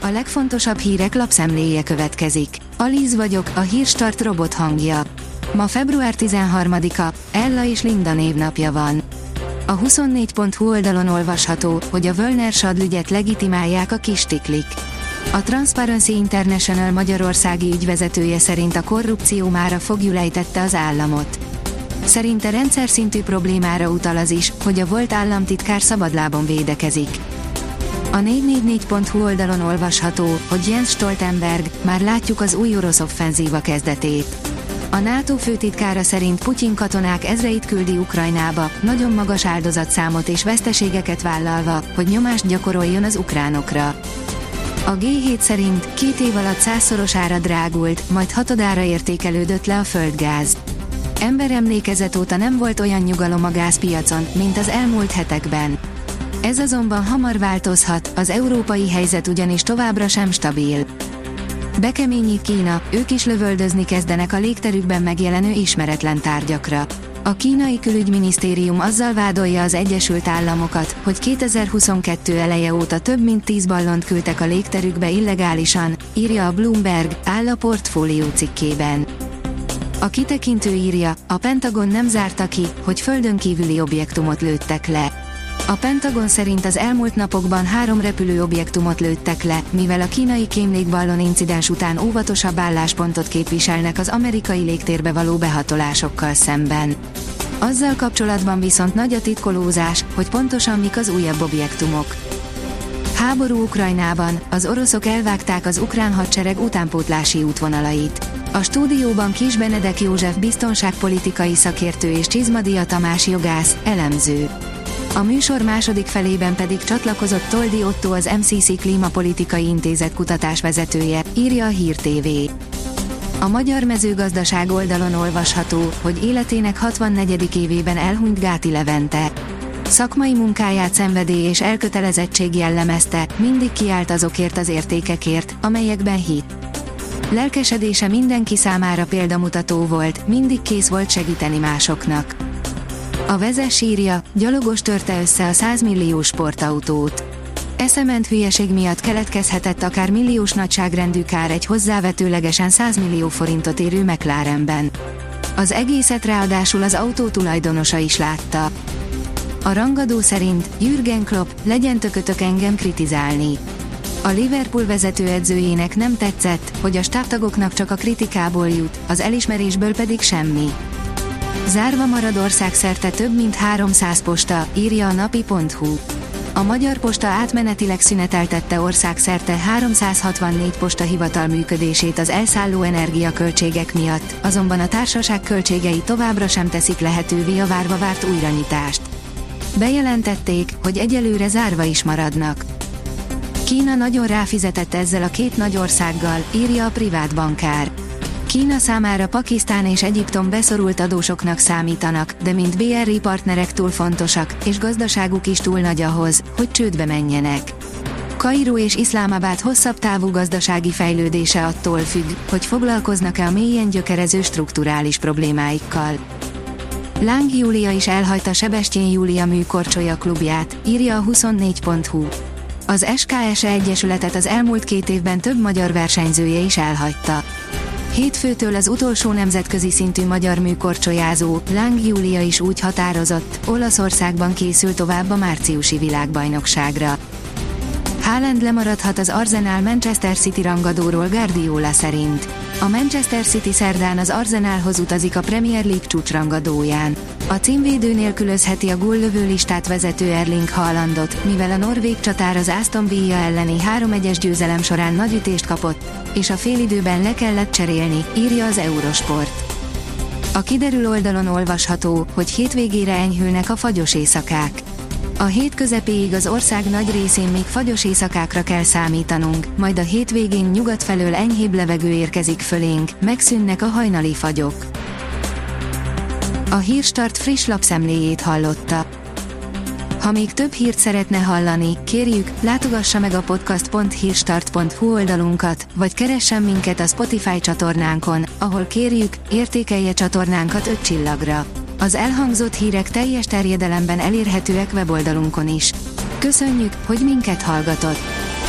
A legfontosabb hírek lapszemléje következik. Aliz vagyok, a Hírstart robot hangja. Ma február 13-a, Ella és Linda névnapja van. A 24.hu oldalon olvasható, hogy a Völner Sadl-ügyet legitimálják a kistiklik. A Transparency International magyarországi ügyvezetője szerint a korrupció mára foglyulejtette az államot. Szerinte rendszer szintű problémára utal az is, hogy a volt államtitkár szabadlábon védekezik. A 444.hu oldalon olvasható, hogy Jens Stoltenberg, már látjuk az új orosz offenzíva kezdetét. A NATO főtitkára szerint Putyin katonák ezreit küldi Ukrajnába, nagyon magas áldozatszámot és veszteségeket vállalva, hogy nyomást gyakoroljon az ukránokra. A G7 szerint 2 év alatt 100-szorosára drágult, majd 6-szorára értékelődött le a földgáz. Emberemlékezet óta nem volt olyan nyugalom a gázpiacon, mint az elmúlt hetekben. Ez azonban hamar változhat, az európai helyzet ugyanis továbbra sem stabil. Bekeményít Kína, ők is lövöldözni kezdenek a légterükben megjelenő ismeretlen tárgyakra. A kínai külügyminisztérium azzal vádolja az Egyesült Államokat, hogy 2022 eleje óta több mint 10 ballont küldtek a légterükbe illegálisan, írja a Bloomberg, áll a portfólió cikkében. A kitekintő írja, a Pentagon nem zárta ki, hogy földön kívüli objektumot lőttek le. A Pentagon szerint az elmúlt napokban 3 repülőobjektumot lőttek le, mivel a kínai kémlégballon incidens után óvatosabb álláspontot képviselnek az amerikai légtérbe való behatolásokkal szemben. Azzal kapcsolatban viszont nagy a titkolózás, hogy pontosan mik az újabb objektumok. Háború Ukrajnában, az oroszok elvágták az ukrán hadsereg utánpótlási útvonalait. A stúdióban Kis Benedek József biztonságpolitikai szakértő és Csizmadia Tamás jogász, elemző. A műsor második felében pedig csatlakozott Toldi Otto, az MCC Klímapolitikai Intézet kutatásvezetője, írja a Hír TV. A magyar mezőgazdaság oldalon olvasható, hogy életének 64. évében elhunyt Gáti Levente. Szakmai munkáját szenvedély és elkötelezettség jellemezte, mindig kiállt azokért az értékekért, amelyekben hitt. Lelkesedése mindenki számára példamutató volt, mindig kész volt segíteni másoknak. A Vezess írja, gyalogos törte össze a 100 milliós sportautót. Eszement hülyeség miatt keletkezhetett akár milliós nagyságrendű kár egy hozzávetőlegesen 100 millió forintot érő McLarenben. Az egészet ráadásul az autó tulajdonosa is látta. A rangadó szerint Jürgen Klopp, legyen tökötök engem kritizálni. A Liverpool vezetőedzőjének nem tetszett, hogy a stábtagoknak csak a kritikából jut, az elismerésből pedig semmi. Zárva marad országszerte több mint 300 posta, írja a napi.hu. A Magyar Posta átmenetileg szüneteltette országszerte 364 postahivatal működését az elszálló energiaköltségek miatt, azonban a társaság költségei továbbra sem teszik lehetővé a várva várt újranyitást. Bejelentették, hogy egyelőre zárva is maradnak. Kína nagyon ráfizetett ezzel a 2 nagy országgal, írja a privát bankár. Kína számára Pakisztán és Egyiptom beszorult adósoknak számítanak, de mint BRI partnerek túl fontosak, és gazdaságuk is túl nagy ahhoz, hogy csődbe menjenek. Kairó és Iszlámabád hosszabb távú gazdasági fejlődése attól függ, hogy foglalkoznak-e a mélyen gyökerező strukturális problémáikkal. Láng Júlia is elhagyta Sebestyén Júlia műkorcsolya klubját, írja a 24.hu. Az SKS Egyesületet az elmúlt 2 évben több magyar versenyzője is elhagyta. Hétfőtől az utolsó nemzetközi szintű magyar műkorcsolyázó, Láng Júlia is úgy határozott, Olaszországban készül tovább a márciusi világbajnokságra. Haaland lemaradhat az Arsenal Manchester City rangadóról Guardiola szerint. A Manchester City szerdán az Arsenalhoz utazik a Premier League csúcsrangadóján. A címvédő nélkülözheti a góllövő listát vezető Erling Haalandot, mivel a norvég csatár az Aston Villa elleni 3-1-es győzelem során nagy ütést kapott, és a félidőben le kellett cserélni, írja az Eurosport. A kiderül oldalon olvasható, hogy hétvégére enyhülnek a fagyos éjszakák. A hét közepéig az ország nagy részén még fagyos éjszakákra kell számítanunk, majd a hétvégén nyugat felől enyhébb levegő érkezik fölénk, megszűnnek a hajnali fagyok. A Hírstart friss lapszemléjét hallotta. Ha még több hírt szeretne hallani, kérjük, látogassa meg a podcast.hírstart.hu oldalunkat, vagy keressen minket a Spotify csatornánkon, ahol kérjük, értékelje csatornánkat 5 csillagra. Az elhangzott hírek teljes terjedelemben elérhetőek weboldalunkon is. Köszönjük, hogy minket hallgatott!